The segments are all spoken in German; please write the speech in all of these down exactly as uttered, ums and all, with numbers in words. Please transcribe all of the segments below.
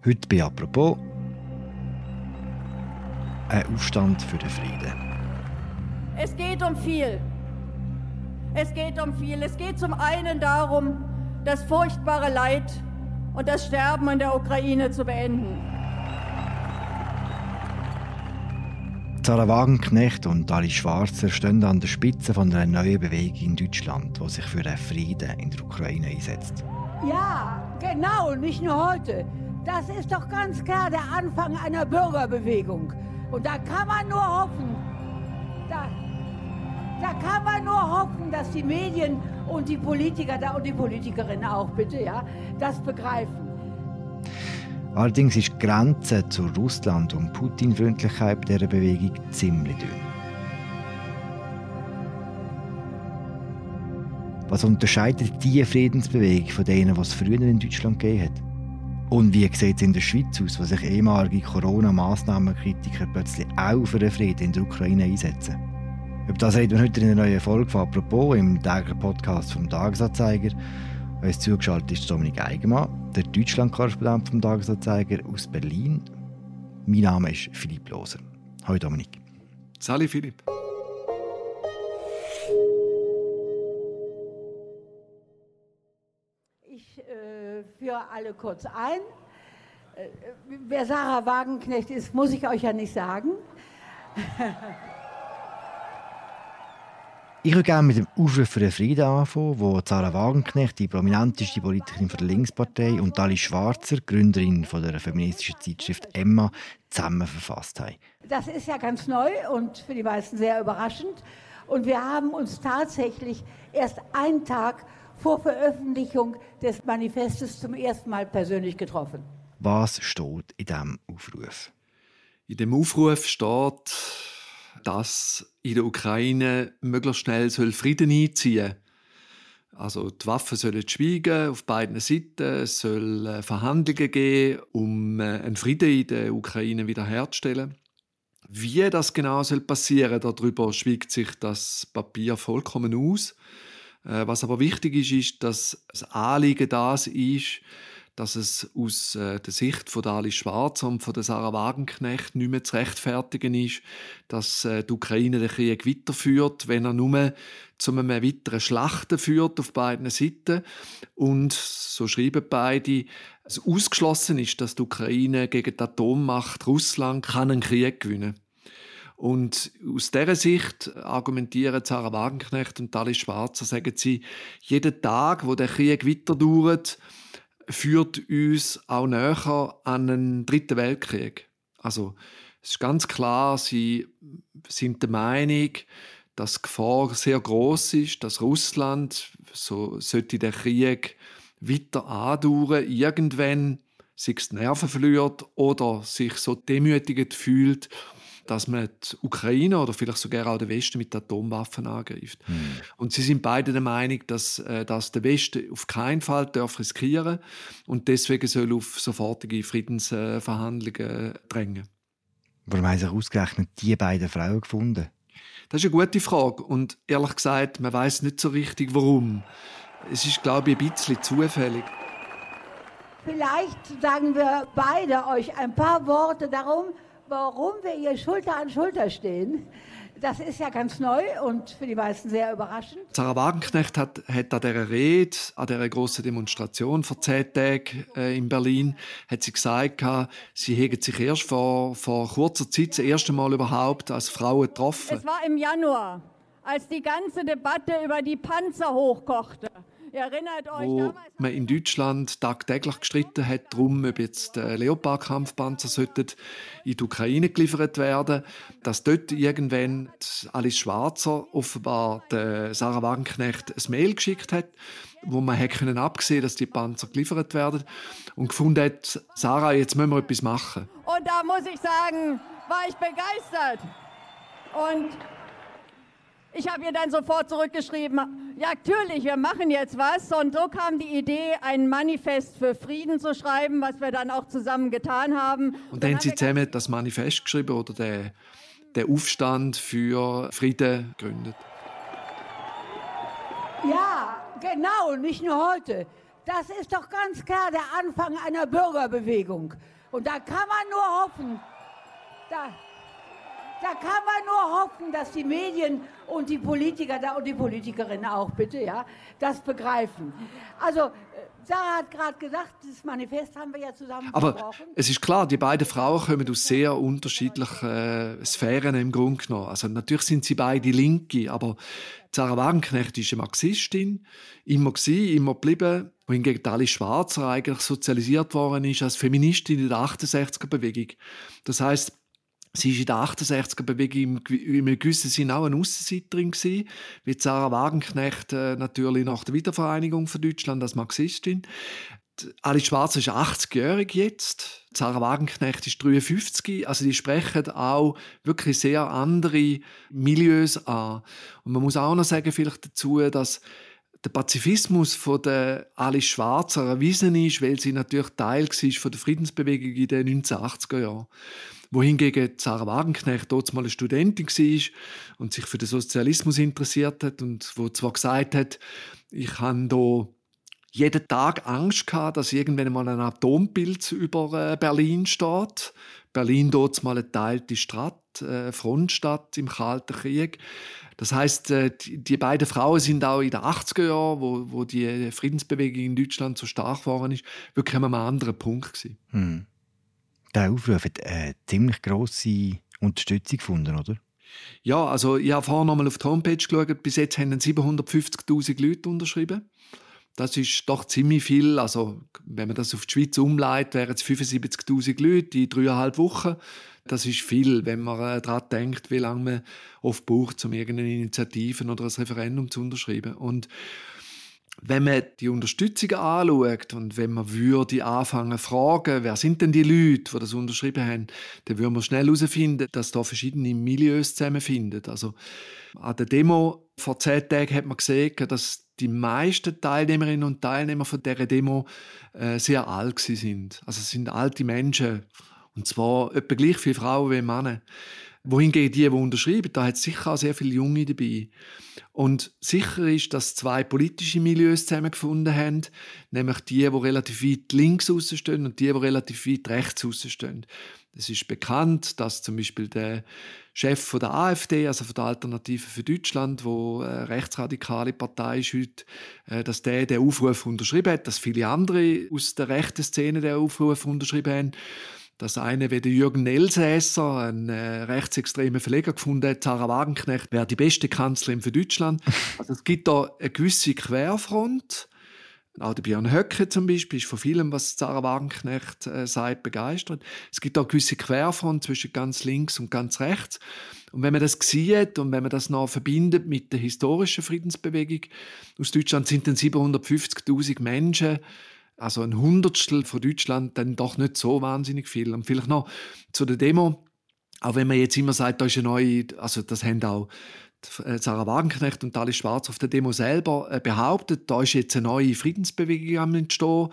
Heute bei «Apropos» ein Aufstand für den Frieden. Es geht um viel. Es geht um viel. Es geht zum einen darum, das furchtbare Leid und das Sterben in der Ukraine zu beenden. Sarah Wagenknecht und Alice Schwarzer stehen an der Spitze von einer neuen Bewegung in Deutschland, die sich für den Frieden in der Ukraine einsetzt. Ja, genau, nicht nur heute. Das ist doch ganz klar der Anfang einer Bürgerbewegung. Und da kann man nur hoffen, da, da kann man nur hoffen, dass die Medien und die Politiker da und die Politikerinnen auch bitte, ja, das begreifen. Allerdings ist die Grenze zur Russland- und Putin-Freundlichkeit dieser Bewegung ziemlich dünn. Was unterscheidet diese Friedensbewegung von denen, die es früher in Deutschland gegeben hat? Und wie sieht es in der Schweiz aus, wo sich ehemalige Corona-Massnahmenkritiker plötzlich auch für den Frieden in der Ukraine einsetzen? Über das reden wir heute in einer neuen Folge von «Apropos» im täglichen Podcast vom «Tagesanzeiger». Uns zugeschaltet ist Dominik Eigenmann, der Deutschland-Korrespondent vom «Tagesanzeiger» aus Berlin. Mein Name ist Philipp Loser. Hallo Dominik. Salut Philipp. Ich äh, führe alle kurz ein. Äh, wer Sarah Wagenknecht ist, muss ich euch ja nicht sagen. Ich würde gerne mit dem Aufruf für den Frieden anfangen, wo Sarah Wagenknecht, die prominenteste Politikerin der Linkspartei, und Alice Schwarzer, Gründerin von der feministischen Zeitschrift «Emma», zusammen verfasst haben. Das ist ja ganz neu und für die meisten sehr überraschend. Und wir haben uns tatsächlich erst einen Tag vor Veröffentlichung des Manifestes zum ersten Mal persönlich getroffen. Was steht in diesem Aufruf? In dem Aufruf steht, dass in der Ukraine möglichst schnell Frieden einziehen soll. Also die Waffen sollen schweigen auf beiden Seiten. Es soll Verhandlungen geben, um einen Frieden in der Ukraine wiederherzustellen. Wie das genau passieren soll, darüber schweigt sich das Papier vollkommen aus. Was aber wichtig ist, ist, dass das Anliegen das ist, dass es aus äh, der Sicht von Alice Schwarzer und von der Sarah Wagenknecht nicht mehr zu rechtfertigen ist, dass äh, die Ukraine den Krieg weiterführt, wenn er nur zu einem weiteren Schlachten führt auf beiden Seiten. Und, so schreiben beide, es ausgeschlossen ist, dass die Ukraine gegen die Atommacht Russland kann einen Krieg gewinnen kann. Und aus dieser Sicht argumentieren Sarah Wagenknecht und Alice Schwarzer, sagen sie, jeden Tag, wo der Krieg weiter dauert, führt uns auch näher an einen dritten Weltkrieg. Also es ist ganz klar, sie sind der Meinung, dass die Gefahr sehr groß ist, dass Russland, so sollte der Krieg weiter andauern, irgendwann sich die Nerven verliert oder sich so demütigend fühlt, dass man die Ukraine oder vielleicht sogar auch den Westen mit Atomwaffen angreift. Mhm. Und sie sind beide der Meinung, dass, äh, dass der Westen auf keinen Fall darf riskieren und deswegen soll auf sofortige Friedensverhandlungen äh, drängen. Warum haben sich ausgerechnet die beiden Frauen gefunden? Das ist eine gute Frage und ehrlich gesagt, man weiß nicht so richtig, warum. Es ist, glaube ich, ein bisschen zufällig. Vielleicht sagen wir beide euch ein paar Worte darum, warum wir hier Schulter an Schulter stehen. Das ist ja ganz neu und für die meisten sehr überraschend. Sarah Wagenknecht hat, hat an dieser Rede, an dieser grossen Demonstration vor zehn Tagen äh, in Berlin, hat sie gesagt, sie hätten sich erst vor, vor kurzer Zeit das erste Mal überhaupt als Frauen getroffen. Es war im Januar, als die ganze Debatte über die Panzer hochkochte. Ihr erinnert euch, wo man in Deutschland tagtäglich gestritten hat, darum, ob jetzt Leopard-Kampfpanzer in die Ukraine geliefert werden, dass dort irgendwann Alice Schwarzer offenbar der Sarah Wagenknecht ein Mail geschickt hat, wo man hätte absehen, dass die Panzer geliefert werden und gefunden hat, Sarah, jetzt müssen wir etwas machen. Und da muss ich sagen, war ich begeistert. Und ich habe ihr dann sofort zurückgeschrieben, ja natürlich, wir machen jetzt was. Und so kam die Idee, ein Manifest für Frieden zu schreiben, was wir dann auch zusammen getan haben. Und dann haben Sie zusammen das Manifest geschrieben oder den, den Aufstand für Frieden gegründet? Ja, genau, nicht nur heute. Das ist doch ganz klar der Anfang einer Bürgerbewegung. Und da kann man nur hoffen, da, da kann man nur hoffen, dass die Medien und die Politiker da und die Politikerinnen auch bitte, ja, das begreifen. Also Sarah hat gerade gesagt, das Manifest haben wir ja zusammen Aber besprochen. es ist klar, die beiden Frauen kommen aus sehr unterschiedlichen äh, Sphären im Grunde genommen. Also natürlich sind sie beide Linke, aber Sarah Wagenknecht ist eine Marxistin, immer gewesen, immer geblieben, wohingegen Alice Schwarzer eigentlich sozialisiert worden ist als Feministin in der achtundsechziger-Bewegung. Das heisst, sie war in der achtundsechziger-Bewegung in einem gewissen Sinne auch eine Aussenseiterin gewesen, wie Sarah Wagenknecht äh, natürlich nach der Wiedervereinigung von Deutschland als Marxistin. Alice Schwarzer ist achtzigjährig jetzt, Sarah Wagenknecht ist dreiundfünfzig, also die sprechen auch wirklich sehr andere Milieus an. Und man muss auch noch sagen vielleicht dazu, dass der Pazifismus von der Alice Schwarzer erwiesen ist, weil sie natürlich Teil war von der Friedensbewegung in den neunzehnhundertachtziger Jahren. Wohingegen Sarah Wagenknecht dort mal eine Studentin war und sich für den Sozialismus interessiert hat und wo zwar gesagt hat, ich habe da jeden Tag Angst gehabt, dass irgendwann mal ein Atompilz über Berlin steht. Berlin dort mal eine geteilte Stadt, äh, Frontstadt im Kalten Krieg. Das heisst, äh, die, die beiden Frauen sind auch in den achtziger Jahren, wo, wo die Friedensbewegung in Deutschland so stark geworden ist, wirklich an einem anderen Punkt gewesen. Hm. Der Aufruf hat eine ziemlich grosse Unterstützung gefunden, oder? Ja, also ich habe vorhin noch mal auf die Homepage geschaut. Bis jetzt haben siebenhundertfünfzigtausend Leute unterschrieben. Das ist doch ziemlich viel. Also, wenn man das auf die Schweiz umleitet, wären es fünfundsiebzigtausend Leute in dreieinhalb Wochen. Das ist viel, wenn man äh, daran denkt, wie lange man oft braucht, um irgendeine Initiative oder ein Referendum zu unterschreiben. Und wenn man die Unterstützung anschaut und wenn man würde anfangen zu fragen, wer sind denn die Leute, die das unterschrieben haben, dann würde man schnell herausfinden, dass da verschiedene Milieus zusammenfinden. Also an der Demo vor zehn Tagen hat man gesehen, dass die meisten Teilnehmerinnen und Teilnehmer von dieser Demo äh, sehr alt sind. Also es sind alte Menschen, und zwar etwa gleich viele Frauen wie Männer. Wohingegen die, die unterschreiben, da hat es sicher auch sehr viele Junge dabei. Und sicher ist, dass zwei politische Milieus zusammengefunden haben, nämlich die, die relativ weit links rausstehen und die, die relativ weit rechts rausstehen. Es ist bekannt, dass zum Beispiel der Chef von der AfD, also von der Alternative für Deutschland, wo eine rechtsradikale Partei ist heute, dass der den Aufruf unterschrieben hat, dass viele andere aus der rechten Szene den Aufruf unterschrieben haben. Dass einer wie der Jürgen Elsässer, ein äh, rechtsextremer Verleger, gefunden hat, Sarah Wagenknecht wäre die beste Kanzlerin für Deutschland. Also es gibt da eine gewisse Querfront. Auch der Björn Höcke zum Beispiel ist von vielem, was Sarah Wagenknecht äh, sagt, begeistert. Es gibt da eine gewisse Querfront zwischen ganz links und ganz rechts. Und wenn man das sieht und wenn man das noch verbindet mit der historischen Friedensbewegung aus Deutschland, sind dann siebenhundertfünfzigtausend Menschen, also ein Hundertstel von Deutschland, dann doch nicht so wahnsinnig viel. Und vielleicht noch zu der Demo, auch wenn man jetzt immer sagt, da ist eine neue, also das haben auch Sarah Wagenknecht und Alice Schwarzer auf der Demo selber behauptet, da ist jetzt eine neue Friedensbewegung am Entstehen.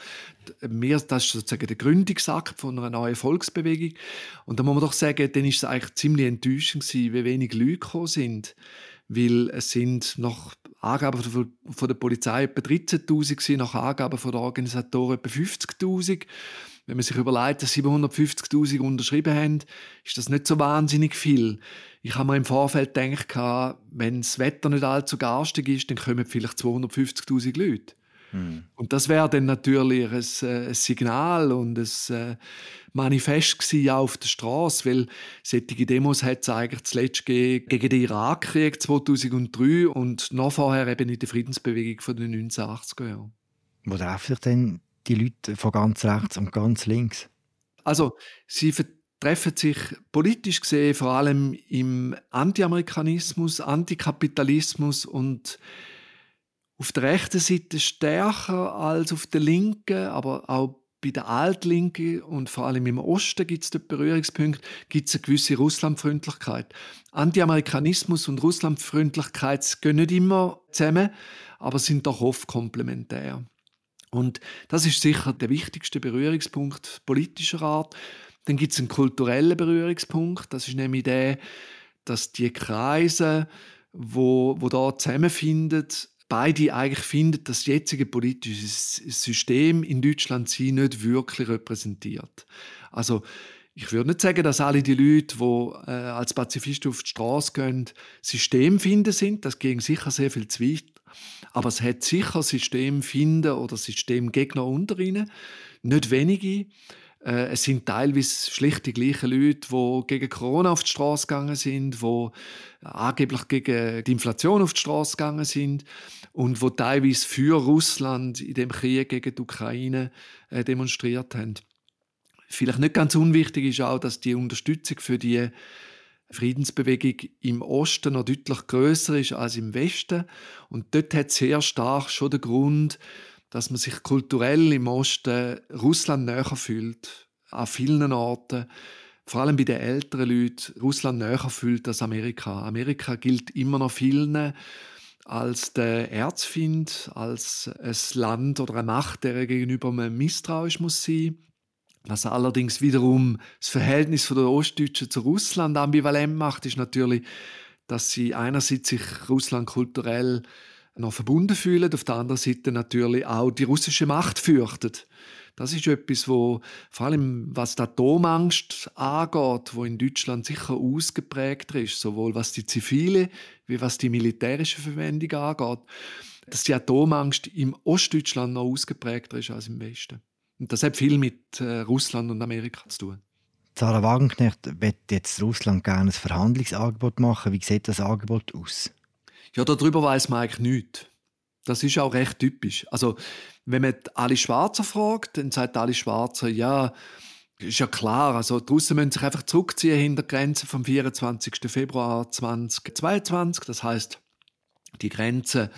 Das ist sozusagen der Gründungsakt von einer neuen Volksbewegung. Und da muss man doch sagen, dann ist es eigentlich ziemlich enttäuschend gewesen, wie wenig Leute gekommen sind. Weil es sind nach Angaben von der Polizei etwa dreizehntausend gewesen, nach Angaben der Organisatoren etwa fünfzigtausend. Wenn man sich überlegt, dass siebenhundertfünfzigtausend unterschrieben haben, ist das nicht so wahnsinnig viel. Ich habe mir im Vorfeld gedacht, wenn das Wetter nicht allzu garstig ist, dann kommen vielleicht zweihundertfünfzigtausend Leute. Hm. Und das wäre dann natürlich ein, ein Signal und ein Manifest gewesen, auch auf der Straße, weil solche Demos hat es eigentlich zuletzt gegen den Irakkrieg zweitausenddrei und noch vorher eben in der Friedensbewegung von den neunzehnhundertachtziger Jahren. Wo treffen sich denn die Leute von ganz rechts und ganz links? Also, sie treffen sich politisch gesehen vor allem im Anti-Amerikanismus, Antikapitalismus und auf der rechten Seite stärker als auf der linken, aber auch bei der Altlinken und vor allem im Osten gibt es dort Berührungspunkte, gibt es eine gewisse Russlandfreundlichkeit. Anti-Amerikanismus und Russlandfreundlichkeit gehen nicht immer zusammen, aber sind doch oft komplementär. Und das ist sicher der wichtigste Berührungspunkt politischer Art. Dann gibt es einen kulturellen Berührungspunkt. Das ist nämlich der, dass die Kreise, wo, wo da zusammenfinden, beide eigentlich finden, dass das jetzige politische System in Deutschland sie nicht wirklich repräsentiert. Also ich würde nicht sagen, dass alle die Leute, die äh, als Pazifisten auf die Straße gehen, Systemfinder sind. Das ging sicher sehr viel zu weit. Aber es hat sicher Systemfinder oder Systemgegner unter ihnen. Nicht wenige. Äh, es sind teilweise schlicht die gleichen Leute, die gegen Corona auf die Straße gegangen sind, die angeblich gegen die Inflation auf die Straße gegangen sind und die teilweise für Russland in dem Krieg gegen die Ukraine äh, demonstriert haben. Vielleicht nicht ganz unwichtig ist auch, dass die Unterstützung für die Friedensbewegung im Osten noch deutlich grösser ist als im Westen. Und dort hat es sehr stark schon den Grund, dass man sich kulturell im Osten Russland näher fühlt. An vielen Orten, vor allem bei den älteren Leuten, Russland näher fühlt als Amerika. Amerika gilt immer noch vielen als der Erzfeind, als ein Land oder eine Macht, der gegenüber man misstrauisch muss sein. Was allerdings wiederum das Verhältnis der Ostdeutschen zu Russland ambivalent macht, ist natürlich, dass sie einerseits sich Russland kulturell noch verbunden fühlen, auf der anderen Seite natürlich auch die russische Macht fürchten. Das ist etwas, wo vor allem was die Atomangst angeht, wo in Deutschland sicher ausgeprägter ist, sowohl was die zivile wie was die militärische Verwendung angeht, dass die Atomangst im Ostdeutschland noch ausgeprägter ist als im Westen. Und das hat viel mit äh, Russland und Amerika zu tun. Sarah Wagenknecht will jetzt Russland gerne ein Verhandlungsangebot machen. Wie sieht das Angebot aus? Ja, darüber weiss man eigentlich nichts. Das ist auch recht typisch. Also, wenn man alle Schwarzer fragt, dann sagt alle Schwarzer, ja, ist ja klar, also die Russen müssen sich einfach zurückziehen hinter die Grenze vom vierundzwanzigsten Februar zweitausendzweiundzwanzig. Das heisst, die Grenze,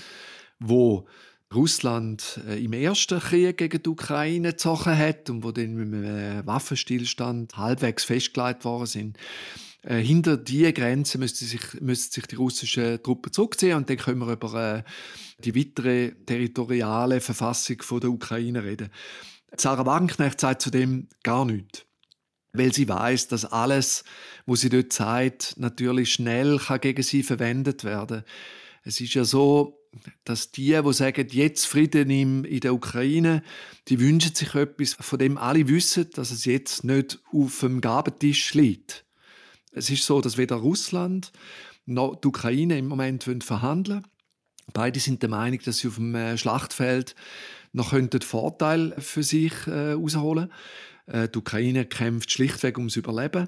wo Russland äh, im ersten Krieg gegen die Ukraine gezogen hat und wo dann mit einem Waffenstillstand halbwegs festgelegt worden sind. Äh, hinter diese Grenze müssten sich, müssten sich die russischen Truppen zurückziehen und dann können wir über äh, die weitere territoriale Verfassung von der Ukraine reden. Sarah Wagenknecht sagt zudem gar nichts, weil sie weiß, dass alles, was sie dort sagt, natürlich schnell kann gegen sie verwendet werden. Es ist ja so, dass die, die sagen, jetzt Frieden in der Ukraine, die wünschen sich etwas, von dem alle wissen, dass es jetzt nicht auf dem Gabentisch liegt. Es ist so, dass weder Russland noch die Ukraine im Moment verhandeln wollen. Beide sind der Meinung, dass sie auf dem Schlachtfeld noch einen Vorteil für sich herausholen können. Die Ukraine kämpft schlichtweg ums Überleben.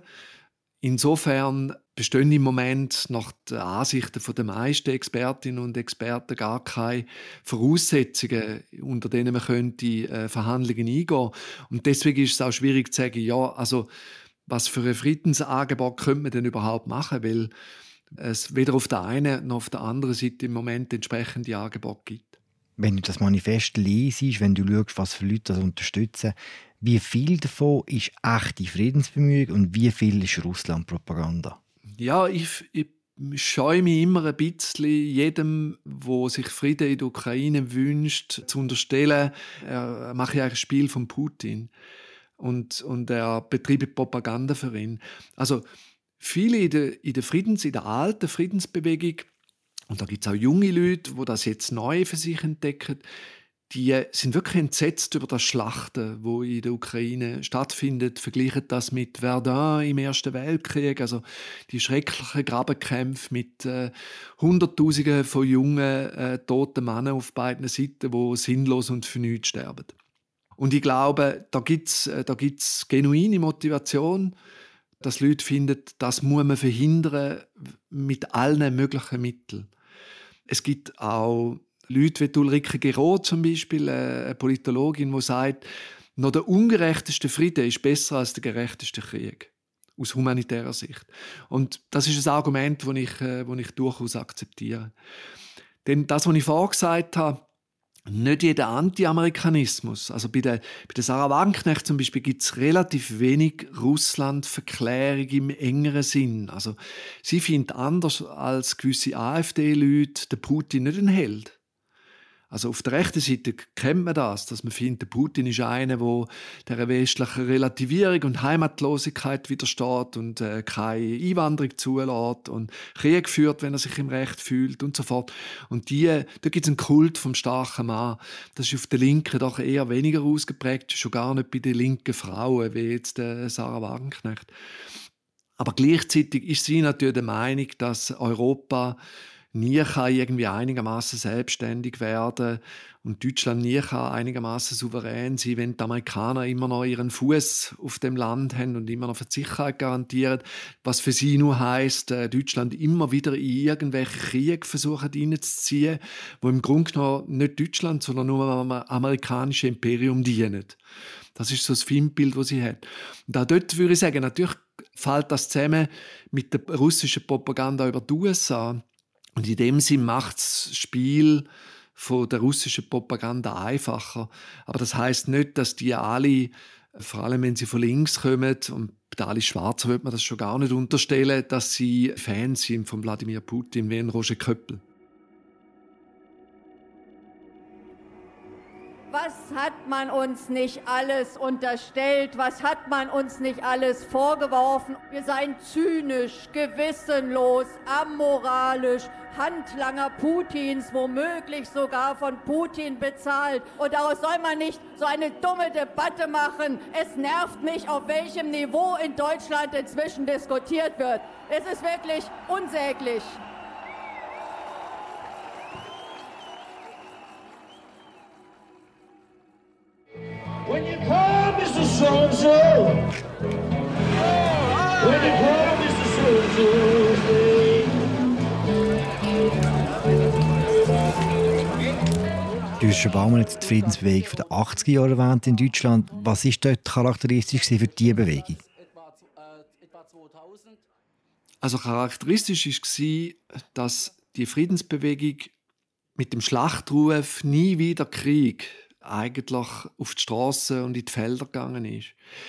Insofern bestehen im Moment nach den Ansichten der meisten Expertinnen und Experten gar keine Voraussetzungen, unter denen man könnte Verhandlungen eingehen könnte. Und deswegen ist es auch schwierig zu sagen, ja, also was für ein Friedensangebot könnte man denn überhaupt machen, weil es weder auf der einen noch auf der anderen Seite im Moment entsprechende Angebote gibt. Wenn du das Manifest liest, wenn du schaust, was für Leute das unterstützen, wie viel davon ist echte Friedensbemühung und wie viel ist Russland-Propaganda? Ja, ich, ich scheue mich immer ein bisschen, jedem, der sich Frieden in der Ukraine wünscht, zu unterstellen, er mache ja ein Spiel von Putin und, und er betreibe Propaganda für ihn. Also viele in der, in der Friedens, in der alten Friedensbewegung, und da gibt es auch junge Leute, die das jetzt neu für sich entdecken, die sind wirklich entsetzt über das Schlachten, wo in der Ukraine stattfindet, vergleichen das mit Verdun im Ersten Weltkrieg, also die schrecklichen Grabenkämpfe mit äh, Hunderttausenden von jungen, äh, toten Männern auf beiden Seiten, die sinnlos und für nichts sterben. Und ich glaube, da gibt es äh, da gibt's genuine Motivation, dass Leute finden, das muss man verhindern mit allen möglichen Mitteln. Es gibt auch Leute wie Ulrike Gero zum Beispiel, eine Politologin, die sagt, noch der ungerechteste Frieden ist besser als der gerechteste Krieg. Aus humanitärer Sicht. Und das ist ein Argument, das ich, das ich durchaus akzeptiere. Denn das, was ich vorher gesagt habe, nicht jeder Anti-Amerikanismus. Also bei der, bei der Sarah Wagenknecht zum Beispiel gibt es relativ wenig Russland-Verklärung im engeren Sinn. Also sie findet anders als gewisse AfD-Leute den Putin nicht ein Held. Also auf der rechten Seite kennt man das, dass man findet, Putin ist einer, der der westlichen Relativierung und Heimatlosigkeit widersteht und äh, keine Einwanderung zulässt und Krieg führt, wenn er sich im Recht fühlt und so fort. Und die, da gibt es einen Kult vom starken Mann. Das ist auf der Linken doch eher weniger ausgeprägt, schon gar nicht bei den linken Frauen, wie jetzt äh, Sarah Wagenknecht. Aber gleichzeitig ist sie natürlich der Meinung, dass Europa nie kann irgendwie einigermaßen selbstständig werden und Deutschland nie kann einigermaßen souverän sein, wenn die Amerikaner immer noch ihren Fuß auf dem Land haben und immer noch für die Sicherheit garantieren, was für sie nur heisst, Deutschland immer wieder in irgendwelche Kriege versuchen reinzuziehen, wo im Grunde genommen nicht Deutschland, sondern nur am amerikanischen Imperium dienen. Das ist so das Feindbild, das sie hat. Und auch dort würde ich sagen, natürlich fällt das zusammen mit der russischen Propaganda über die U S A. Und in dem Sinn macht das Spiel von der russischen Propaganda einfacher. Aber das heißt nicht, dass die alle, vor allem wenn sie von links kommen, und bei alle Schwarzen wird man das schon gar nicht unterstellen, dass sie Fans sind von Wladimir Putin wie ein Roger Köppel. Was hat man uns nicht alles unterstellt? Was hat man uns nicht alles vorgeworfen? Wir seien zynisch, gewissenlos, amoralisch, Handlanger Putins, womöglich sogar von Putin bezahlt. Und daraus soll man nicht so eine dumme Debatte machen. Es nervt mich, auf welchem Niveau in Deutschland inzwischen diskutiert wird. Es ist wirklich unsäglich. When you call Mister So-and-so, when you call Mister So-and-so, Du hast schon einmal die Friedensbewegung der achtziger Jahre erwähnt in Deutschland. Was war dort charakteristisch für diese Bewegung? Also charakteristisch war, dass die Friedensbewegung mit dem Schlachtruf «Nie wieder Krieg» eigentlich auf die Straßen und in die Felder gegangen ist.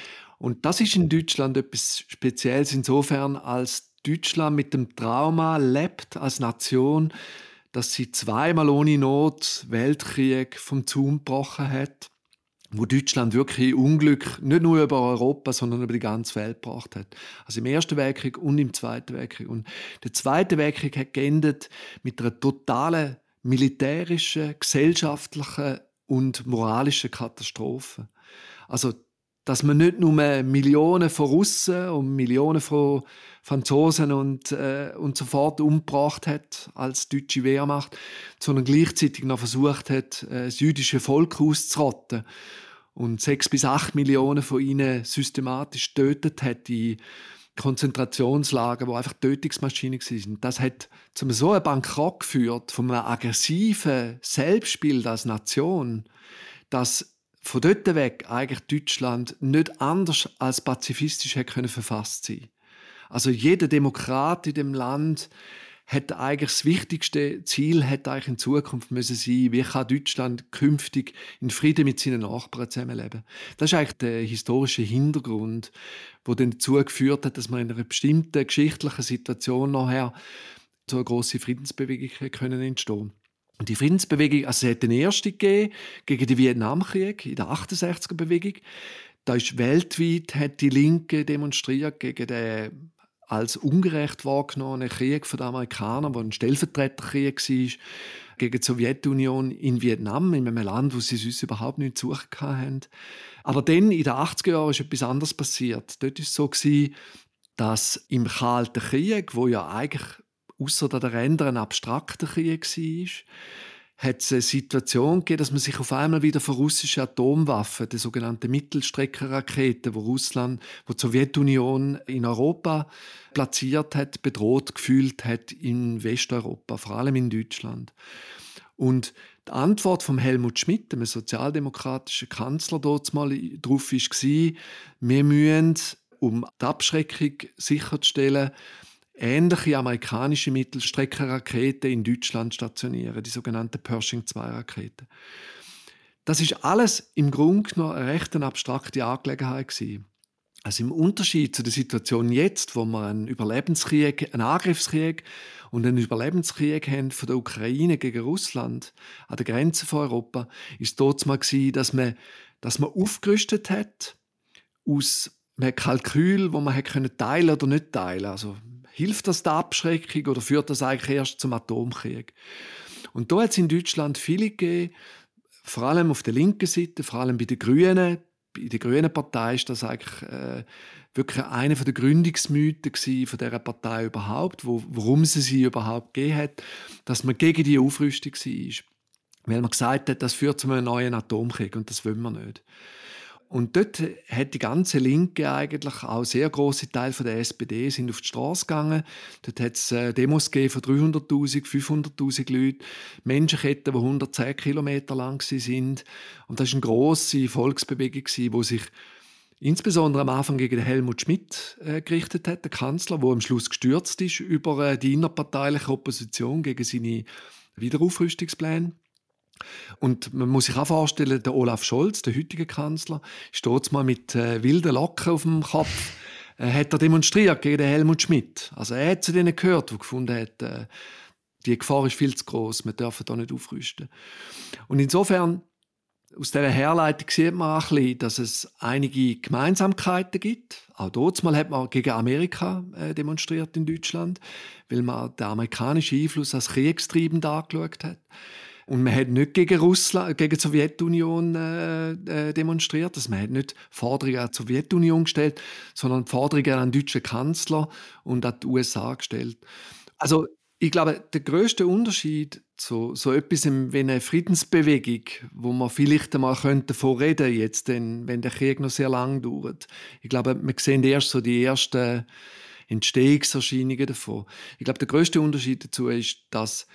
Und das ist in Deutschland etwas Spezielles insofern, als Deutschland mit dem Trauma lebt als Nation, dass sie zweimal ohne Not Weltkrieg vom Zaun gebrochen hat, wo Deutschland wirklich Unglück nicht nur über Europa, sondern über die ganze Welt gebracht hat. Also im Ersten Weltkrieg und im Zweiten Weltkrieg. Und der Zweite Weltkrieg hat geendet mit einer totalen militärischen, gesellschaftlichen und moralische Katastrophe. Also, dass man nicht nur Millionen von Russen und Millionen von Franzosen und, äh, und so fort umgebracht hat als deutsche Wehrmacht, sondern gleichzeitig noch versucht hat, äh, das jüdische Volk auszurotten und sechs bis acht Millionen von ihnen systematisch getötet hat in Konzentrationslager, wo einfach Tötungsmaschinen waren. Das hat zu so einem Bankrott geführt, von einem aggressiven Selbstbild als Nation, dass von dort weg eigentlich Deutschland nicht anders als pazifistisch hätte können verfasst sein. Also jeder Demokrat in dem Land hat eigentlich das wichtigste Ziel hat eigentlich in Zukunft müssen sein, wie kann Deutschland künftig in Frieden mit seinen Nachbarn zusammenleben. Das ist eigentlich der historische Hintergrund, der dann dazu geführt hat, dass man in einer bestimmten geschichtlichen Situation nachher so eine grosse Friedensbewegung können entstehen. Und die Friedensbewegung, also es hat den ersten gegeben, gegen den Vietnamkrieg in der achtundsechziger Bewegung. Da ist weltweit hat die Linke demonstriert gegen den als ungerecht wahrgenommenen Krieg der Amerikaner, der ein Stellvertreterkrieg war, gegen die Sowjetunion in Vietnam, in einem Land, wo sie sonst überhaupt nicht zu suchen hatten. Aber dann, in den achtziger Jahren, ist etwas anderes passiert. Dort war es so, dass im Kalten Krieg, wo ja eigentlich ausser der Ränder ein abstrakter Krieg war, hat es eine Situation gegeben, dass man sich auf einmal wieder von russischen Atomwaffen, den sogenannten Mittelstreckenraketen, wo Russland, wo die Sowjetunion in Europa platziert hat, bedroht gefühlt hat in Westeuropa, vor allem in Deutschland. Und die Antwort von Helmut Schmidt, dem sozialdemokratischen Kanzler, dort mal darauf war, wir müssen, um die Abschreckung sicherzustellen, ähnliche amerikanische Mittelstreckenraketen in Deutschland stationieren, die sogenannten Pershing zwei Raketen. Das ist alles im Grunde noch eine recht abstrakte Angelegenheit gewesen. Also im Unterschied zu der Situation jetzt, wo wir einen Überlebenskrieg, einen Angriffskrieg und einen Überlebenskrieg haben von der Ukraine gegen Russland an der Grenze von Europa, ist dort mal gewesen, dass man, dass man aufgerüstet hat aus einem Kalkül, wo man hat können teilen oder nicht teilen. Also hilft das der Abschreckung oder führt das eigentlich erst zum Atomkrieg? Und da hat es in Deutschland viele gegeben, vor allem auf der linken Seite, vor allem bei den Grünen. In der Grünen Partei ist das eigentlich äh, wirklich einer der Gründungsmythen von dieser Partei überhaupt, wo, warum sie sie überhaupt gegeben hat, dass man gegen die Aufrüstung war. Weil man gesagt hat, das führt zu einem neuen Atomkrieg und das wollen wir nicht. Und dort hat die ganze Linke eigentlich, auch sehr grosse Teile von der S P D, sind auf die Straße gegangen. Dort hat es Demos gegeben von dreihunderttausend, fünfhunderttausend Leuten, Menschenketten, die hundertzehn Kilometer lang waren. Und das war eine grosse Volksbewegung, die sich insbesondere am Anfang gegen den Helmut Schmidt äh, gerichtet hat, der Kanzler, der am Schluss gestürzt ist über äh, die innerparteiliche Opposition gegen seine Wiederaufrüstungspläne. Und man muss sich auch vorstellen, der Olaf Scholz, der heutige Kanzler, steht mal mit äh, wilden Locken auf dem Kopf, äh, hat er demonstriert gegen den Helmut Schmidt. Also er hat zu denen gehört, die gefunden hat, äh, die Gefahr ist viel zu groß, wir dürfen da nicht aufrüsten. Und insofern, aus dieser Herleitung sieht man auch ein bisschen, dass es einige Gemeinsamkeiten gibt. Auch dort mal hat man gegen Amerika äh, demonstriert in Deutschland, weil man den amerikanischen Einfluss als kriegstreibend angeschaut hat. Und man hat nicht gegen Russland, gegen die Sowjetunion äh, äh, demonstriert. Also man hat nicht Forderungen an die Sowjetunion gestellt, sondern Forderungen an den deutschen Kanzler und an die U S A gestellt. Also ich glaube, der grösste Unterschied zu so etwas wie eine Friedensbewegung, wo man vielleicht einmal davon reden könnte, jetzt, denn, wenn der Krieg noch sehr lang dauert. Ich glaube, wir sehen erst so die ersten Entstehungserscheinungen davon. Ich glaube, der grösste Unterschied dazu ist, dass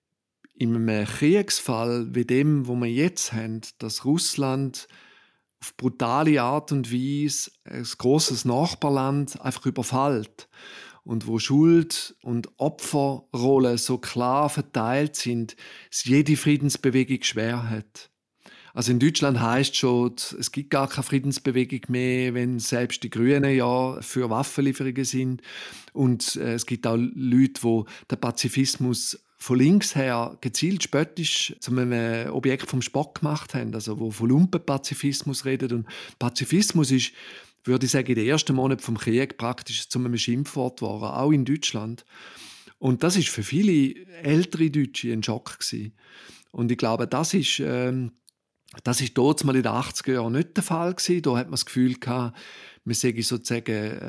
in einem Kriegsfall wie dem, wo wir jetzt haben, dass Russland auf brutale Art und Weise ein grosses Nachbarland einfach überfällt und wo Schuld- und Opferrollen so klar verteilt sind, dass jede Friedensbewegung schwer hat. Also in Deutschland heisst schon, es gibt gar keine Friedensbewegung mehr, wenn selbst die Grünen ja für Waffenlieferungen sind. Und äh, es gibt auch Leute, die den Pazifismus von links her gezielt spöttisch zu einem Objekt vom Spott gemacht haben, also wo von Lumpenpazifismus redet. Und Pazifismus ist, würde ich sagen, in den ersten Monaten vom Krieg praktisch zu einem Schimpfwort geworden, auch in Deutschland. Und das ist für viele ältere Deutsche ein Schock gewesen. Und ich glaube, das ist ähm, das ist dort mal in den achtziger Jahren nicht der Fall gewesen. Da hat man das Gefühl gehabt, man sei sozusagen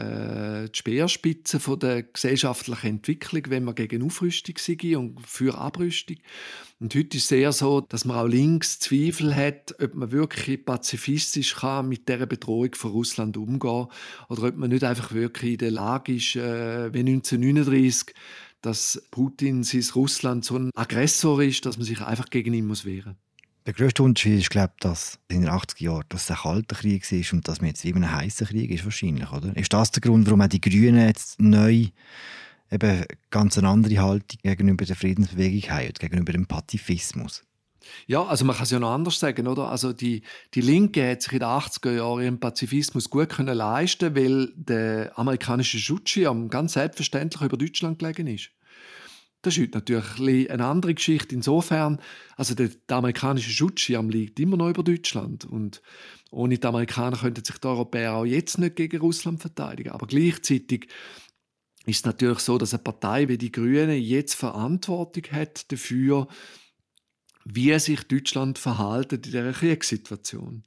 äh, die Speerspitze von der gesellschaftlichen Entwicklung, wenn man gegen Aufrüstung sei und für Abrüstung. Und heute ist es eher so, dass man auch links Zweifel hat, ob man wirklich pazifistisch kann mit dieser Bedrohung von Russland umgehen oder ob man nicht einfach wirklich in der Lage ist, äh, wie neunzehnhundertneununddreißig, dass Putin sein Russland so ein Aggressor ist, dass man sich einfach gegen ihn muss wehren muss. Der grösste Unterschied ist, glaube ich, dass in den achtziger Jahren dass es ein kalter Krieg ist und dass man jetzt eben ein heißer Krieg ist, wahrscheinlich, oder? Ist das der Grund, warum auch die Grünen jetzt neu eben ganz eine andere Haltung gegenüber der Friedensbewegung haben, gegenüber dem Pazifismus? Ja, also man kann es ja noch anders sagen, oder? Also die, die Linke hat sich in den achtziger Jahren ihren Pazifismus gut können leisten, weil der amerikanische Schutzschirm ganz selbstverständlich über Deutschland gelegen ist. Das ist heute natürlich eine andere Geschichte. Insofern, also der, der amerikanische Schutzschirm liegt immer noch über Deutschland. Und ohne die Amerikaner könnten sich die Europäer auch jetzt nicht gegen Russland verteidigen. Aber gleichzeitig ist es natürlich so, dass eine Partei wie die Grünen jetzt Verantwortung hat dafür, wie sich Deutschland verhält in dieser Kriegssituation.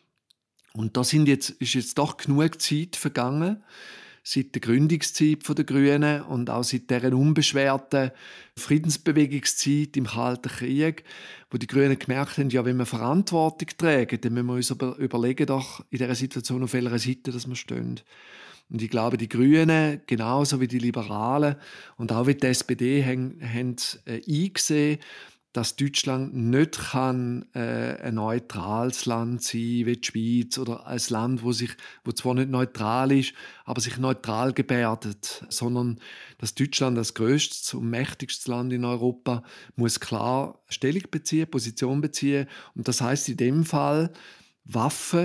Und da sind jetzt, ist jetzt doch genug Zeit vergangen, seit der Gründungszeit der Grünen und auch seit deren unbeschwerten Friedensbewegungszeit im Kalten Krieg, wo die Grünen gemerkt haben, ja, wenn wir Verantwortung tragen, dann müssen wir uns über, überlegen doch in dieser Situation, auf welcher Seite dass wir stehen. Und ich glaube, die Grünen, genauso wie die Liberalen und auch wie die S P D, haben, haben äh, eingesehen, dass Deutschland nicht kann, äh, ein neutrales Land sein wie die Schweiz oder ein Land, wo sich, wo zwar nicht neutral ist, aber sich neutral gebärdet, sondern dass Deutschland als grösstes und mächtigstes Land in Europa muss klar Stellung beziehen, Position beziehen. Und das heißt in dem Fall, Waffen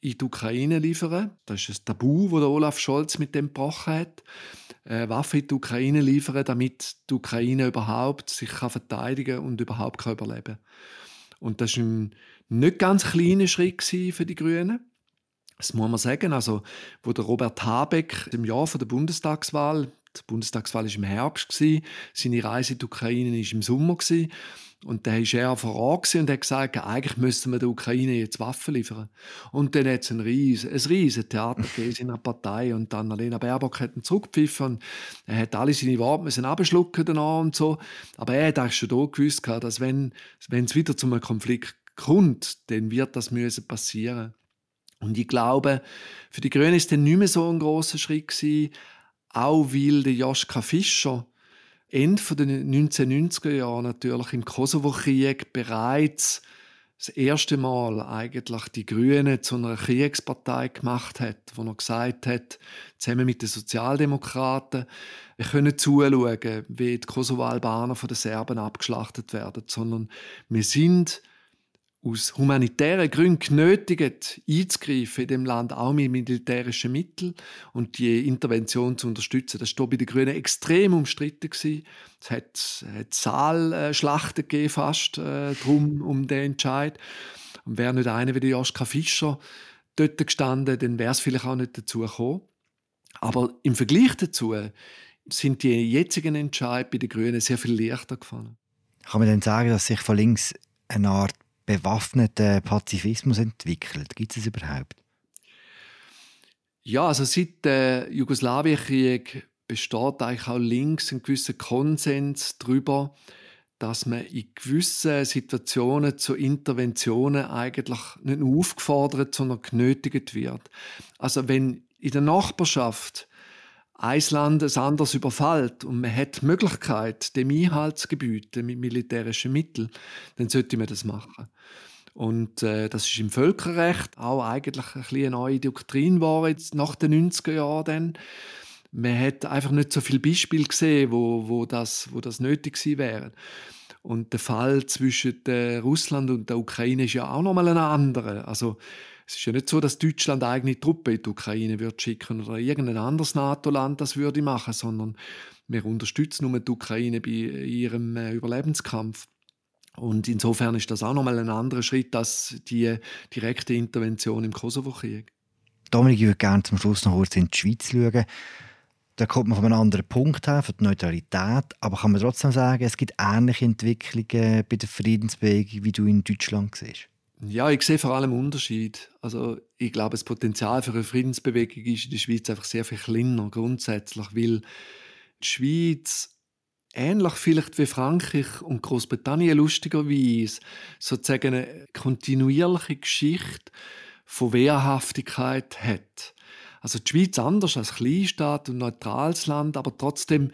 in die Ukraine liefern. Das ist ein Tabu, das Olaf Scholz mit dem gebrochen hat. Äh, Waffen in die Ukraine liefern, damit die Ukraine überhaupt sich kann verteidigen und überhaupt kann überleben. Und das war ein nicht ganz kleiner Schritt für die Grünen. Das muss man sagen. Also, wo der Robert Habeck im Jahr der Bundestagswahl, die Bundestagswahl war im Herbst, seine Reise in die Ukraine war im Sommer. Und dann war er vor Ort und hat gesagt, eigentlich müssten wir der Ukraine jetzt Waffen liefern. Und dann hat es ein riesen, ein riesen Theater gegeben in einer Partei. Und dann Annalena Baerbock hat ihn zurückgepfiffen. Und er hat alle seine Worte müssen abschlucken danach und so. Aber er hat eigentlich schon da gewusst, dass wenn, wenn es wieder zu einem Konflikt kommt, dann wird das müssen passieren. Und ich glaube, für die Grünen ist dann nicht mehr so ein grosser Schritt gewesen, auch weil der Joschka Fischer Ende der neunzehnhundertneunziger Jahre natürlich im Kosovo-Krieg bereits das erste Mal eigentlich die Grünen zu einer Kriegspartei gemacht hat, wo er gesagt hat, zusammen mit den Sozialdemokraten, wir können zuschauen, wie die Kosovo-Albaner von den Serben abgeschlachtet werden, sondern wir sind aus humanitären Gründen genötigt, einzugreifen in dem Land, auch mit militärischen Mitteln und die Intervention zu unterstützen. Das war bei den Grünen extrem umstritten. Es hat, hat Saalschlachten gegeben, fast äh, drum, um den Entscheid. Und wäre nicht einer wie der Joschka Fischer dort gestanden, dann wäre es vielleicht auch nicht dazu gekommen. Aber im Vergleich dazu sind die jetzigen Entscheidungen bei den Grünen sehr viel leichter gefallen. Kann man denn sagen, dass sich von links eine Art bewaffneter Pazifismus entwickelt? Gibt es überhaupt? Ja, also seit dem Jugoslawienkrieg besteht eigentlich auch links ein gewisser Konsens darüber, dass man in gewissen Situationen zu Interventionen eigentlich nicht nur aufgefordert, sondern genötigt wird. Also wenn in der Nachbarschaft ein Land ein anderes überfällt und man hat die Möglichkeit, dem Einhalt zu gebieten mit militärischen Mitteln, dann sollte man das machen. Und äh, das ist im Völkerrecht auch eigentlich ein bisschen eine neue Doktrin geworden, jetzt nach den neunziger Jahren. Dann. Man hat einfach nicht so viele Beispiele gesehen, wo, wo, das, wo das nötig gewesen wäre. Und der Fall zwischen äh, Russland und der Ukraine ist ja auch nochmal ein anderer. Also, es ist ja nicht so, dass Deutschland eigene Truppen in die Ukraine wird schicken oder irgendein anderes NATO-Land das würde machen, sondern wir unterstützen nur die Ukraine bei ihrem Überlebenskampf. Und insofern ist das auch nochmal ein anderer Schritt als die direkte Intervention im Kosovo-Krieg. Dominik, ich würde gerne zum Schluss noch kurz in die Schweiz schauen. Da kommt man von einem anderen Punkt her, von der Neutralität. Aber kann man trotzdem sagen, es gibt ähnliche Entwicklungen bei der Friedensbewegung, wie du in Deutschland siehst? Ja, ich sehe vor allem Unterschied. Also ich glaube, das Potenzial für eine Friedensbewegung ist in der Schweiz einfach sehr viel kleiner grundsätzlich, weil die Schweiz ähnlich vielleicht wie Frankreich und Großbritannien lustigerweise sozusagen eine kontinuierliche Geschichte von Wehrhaftigkeit hat. Also die Schweiz anders als Kleinstaat und neutrales Land, aber trotzdem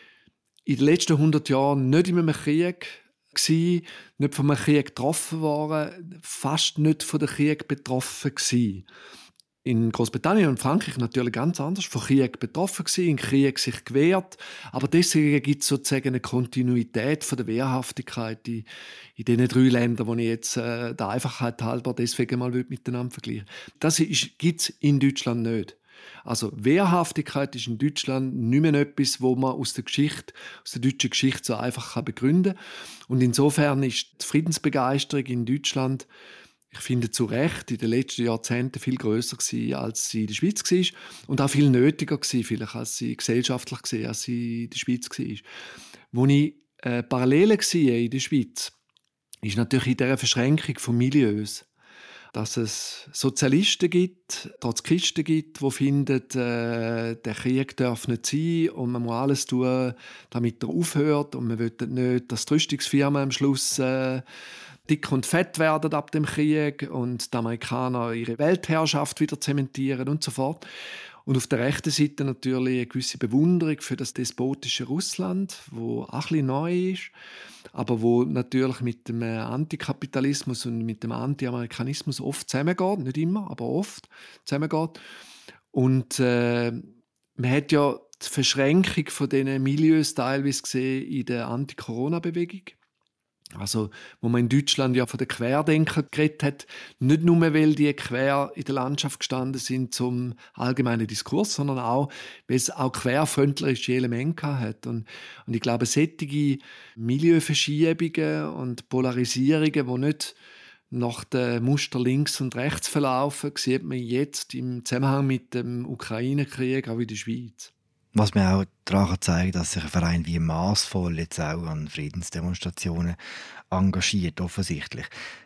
in den letzten hundert Jahren nicht in einem Krieg gsi, nicht von einem Krieg getroffen worden, fast nicht von dem Krieg betroffen gsi. In Großbritannien und Frankreich natürlich ganz anders, von Krieg betroffen gsi, in Krieg sich gewehrt, aber deswegen gibt es sozusagen eine Kontinuität von der Wehrhaftigkeit in, in diesen drei Ländern, die ich jetzt äh, der Einfachheit halber deswegen mal miteinander vergleichen will. Das gibt es in Deutschland nicht. Also Wehrhaftigkeit ist in Deutschland nicht mehr etwas, wo man aus der Geschichte, aus der deutschen Geschichte so einfach begründen kann. Und insofern ist die Friedensbegeisterung in Deutschland, ich finde zu Recht, in den letzten Jahrzehnten viel grösser gewesen, als sie in der Schweiz war. Und auch viel nötiger gewesen, vielleicht, als sie gesellschaftlich gewesen, als sie in der Schweiz war. Wo ich äh, Parallelen sehe in der Schweiz, ist natürlich in dieser Verschränkung von Milieus. Dass es Sozialisten gibt, Trotzkisten gibt, die finden, äh, der Krieg darf nicht sein und man muss alles tun, damit er aufhört. Und man will nicht, dass die Rüstungsfirmen am Schluss äh, dick und fett werden ab dem Krieg und die Amerikaner ihre Weltherrschaft wieder zementieren und so fort. Und auf der rechten Seite natürlich eine gewisse Bewunderung für das despotische Russland, wo auch ein bisschen neu ist, aber wo natürlich mit dem Antikapitalismus und mit dem Anti-Amerikanismus oft zusammengeht, nicht immer, aber oft zusammengeht. Und äh, man hat ja die Verschränkung von diesen Milieus teilweise gesehen in der Anti-Corona-Bewegung. Also, wo man in Deutschland ja von den Querdenkern geredet hat, nicht nur, weil die quer in der Landschaft gestanden sind zum allgemeinen Diskurs, sondern auch, weil es auch querfreundliche Elemente hat. Und, und ich glaube, solche Milieuverschiebungen und Polarisierungen, die nicht nach dem Muster links und rechts verlaufen, sieht man jetzt im Zusammenhang mit dem Ukraine-Krieg auch in der Schweiz. Was mir auch daran zeigt, dass sich ein Verein wie Massvoll jetzt auch an Friedensdemonstrationen engagiert, offensichtlich.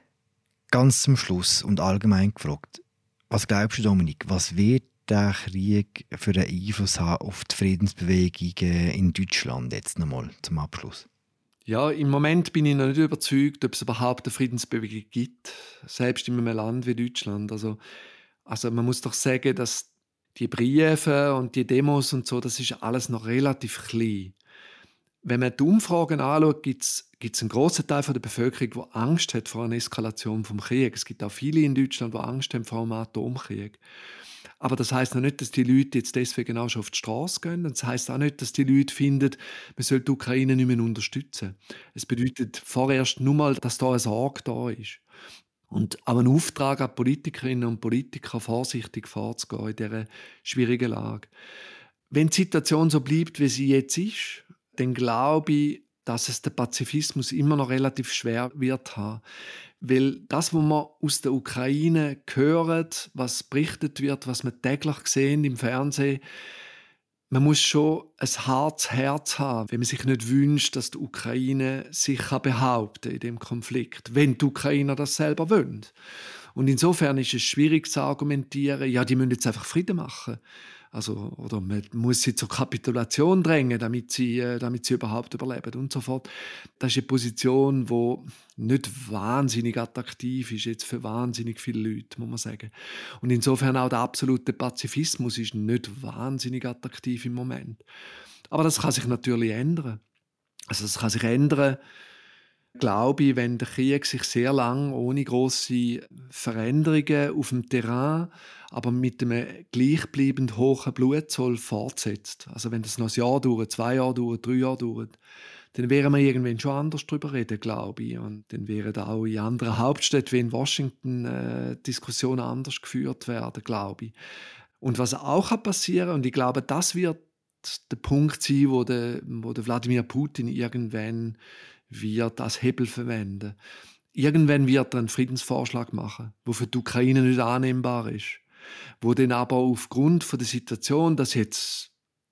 Ganz zum Schluss und allgemein gefragt, was glaubst du, Dominik, was wird der Krieg für einen Einfluss haben auf die Friedensbewegungen in Deutschland jetzt nochmal zum Abschluss? Ja, im Moment bin ich noch nicht überzeugt, ob es überhaupt eine Friedensbewegung gibt, selbst in einem Land wie Deutschland. Also, also man muss doch sagen, dass die Briefe und die Demos und so, das ist alles noch relativ klein. Wenn man die Umfragen anschaut, gibt es einen grossen Teil der Bevölkerung, der Angst hat vor einer Eskalation des Krieges. Es gibt auch viele in Deutschland, die Angst haben vor einem Atomkrieg. Aber das heisst noch nicht, dass die Leute jetzt deswegen auch schon auf die Straße gehen. Und das heisst auch nicht, dass die Leute finden, man soll die Ukraine nicht mehr unterstützen. Es bedeutet vorerst nur mal, dass da eine Sorge da ist. Und auch ein Auftrag an Politikerinnen und Politiker, vorsichtig vorzugehen in dieser schwierigen Lage. Wenn die Situation so bleibt, wie sie jetzt ist, dann glaube ich, dass es den Pazifismus immer noch relativ schwer wird haben. Weil das, was man aus der Ukraine hört, was berichtet wird, was man täglich sehen im Fernsehen, man muss schon ein hartes Herz haben, wenn man sich nicht wünscht, dass die Ukraine sich behaupten kann in dem Konflikt, wenn die Ukrainer das selber wollen. Und insofern ist es schwierig zu argumentieren, ja, die müssen jetzt einfach Frieden machen. Also, oder man muss sie zur Kapitulation drängen, damit sie, damit sie überhaupt überleben und so fort. Das ist eine Position, die nicht wahnsinnig attraktiv ist jetzt für wahnsinnig viele Leute, muss man sagen. Und insofern auch der absolute Pazifismus ist nicht wahnsinnig attraktiv im Moment. Aber das kann sich natürlich ändern. Also das kann sich ändern, glaube ich, wenn der Krieg sich sehr lang ohne grosse Veränderungen auf dem Terrain, aber mit einem gleichbleibend hohen Blutzoll fortsetzt. Also wenn das noch ein Jahr dauert, zwei Jahre dauert, drei Jahre dauert, dann werden wir irgendwann schon anders darüber reden, glaube ich. Und dann werden auch in anderen Hauptstädten wie in Washington äh, Diskussionen anders geführt werden, glaube ich. Und was auch passieren kann, und ich glaube, das wird der Punkt sein, wo der, wo der Wladimir Putin irgendwann wird als Hebel verwenden. Irgendwann wird er einen Friedensvorschlag machen, der für die Ukraine nicht annehmbar ist. Wo dann aber aufgrund von der Situation, dass jetzt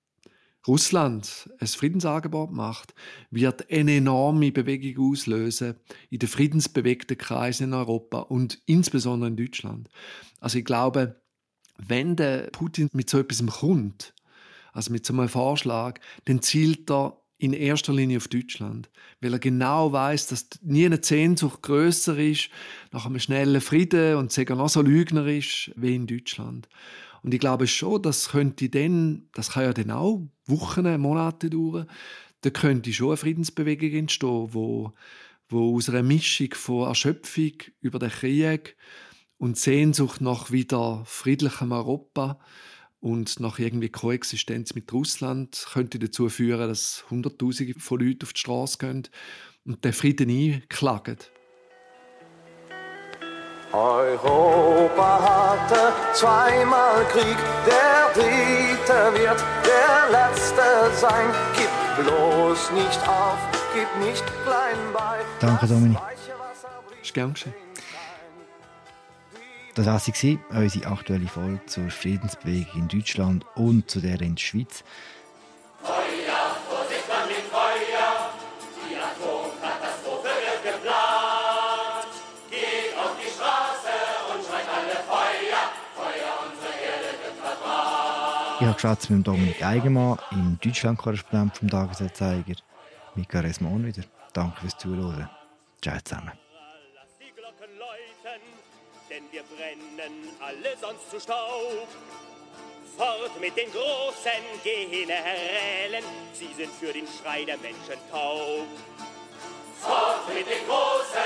Russland ein Friedensangebot macht, wird eine enorme Bewegung auslösen in den friedensbewegten Kreisen in Europa und insbesondere in Deutschland. Also ich glaube, wenn der Putin mit so etwas kommt, also mit so einem Vorschlag, dann zielt er in erster Linie auf Deutschland, weil er genau weiß, dass nie eine Sehnsucht grösser ist nach einem schnellen Frieden und sogar noch so lügnerisch wie in Deutschland. Und ich glaube schon, das könnte dann, das kann ja dann auch Wochen, Monate dauern, da könnte schon eine Friedensbewegung entstehen, wo, wo aus einer Mischung von Erschöpfung über den Krieg und Sehnsucht nach wieder friedlichem Europa und nach irgendwie Koexistenz mit Russland könnte dazu führen, dass Hunderttausende von Leuten auf die Straße gehen und den Frieden einklagen. Europa hatte zweimal Krieg, der dritte wird der letzte sein. Gib bloß nicht auf, gib nicht klein bei. Danke, Dominik. Ist gern geschehen. Das war sie, unsere aktuelle Folge zur Friedensbewegung in Deutschland und zu der in der Schweiz. Feuer, Vorsicht man mit Feuer, die Atomkatastrophe wird geplant. Geht auf die Straße und schreit alle Feuer, Feuer, unsere Erde wird verbrannt. Ich habe geschwätzt mit Dominik Eigenmann, im Deutschland-Korrespondent vom Tagesanzeiger. Mika Resmon wieder. Danke fürs Zuhören. Ciao zusammen. Denn wir brennen alle sonst zu Staub. Fort mit den großen Generälen, sie sind für den Schrei der Menschen taub. Fort mit den großen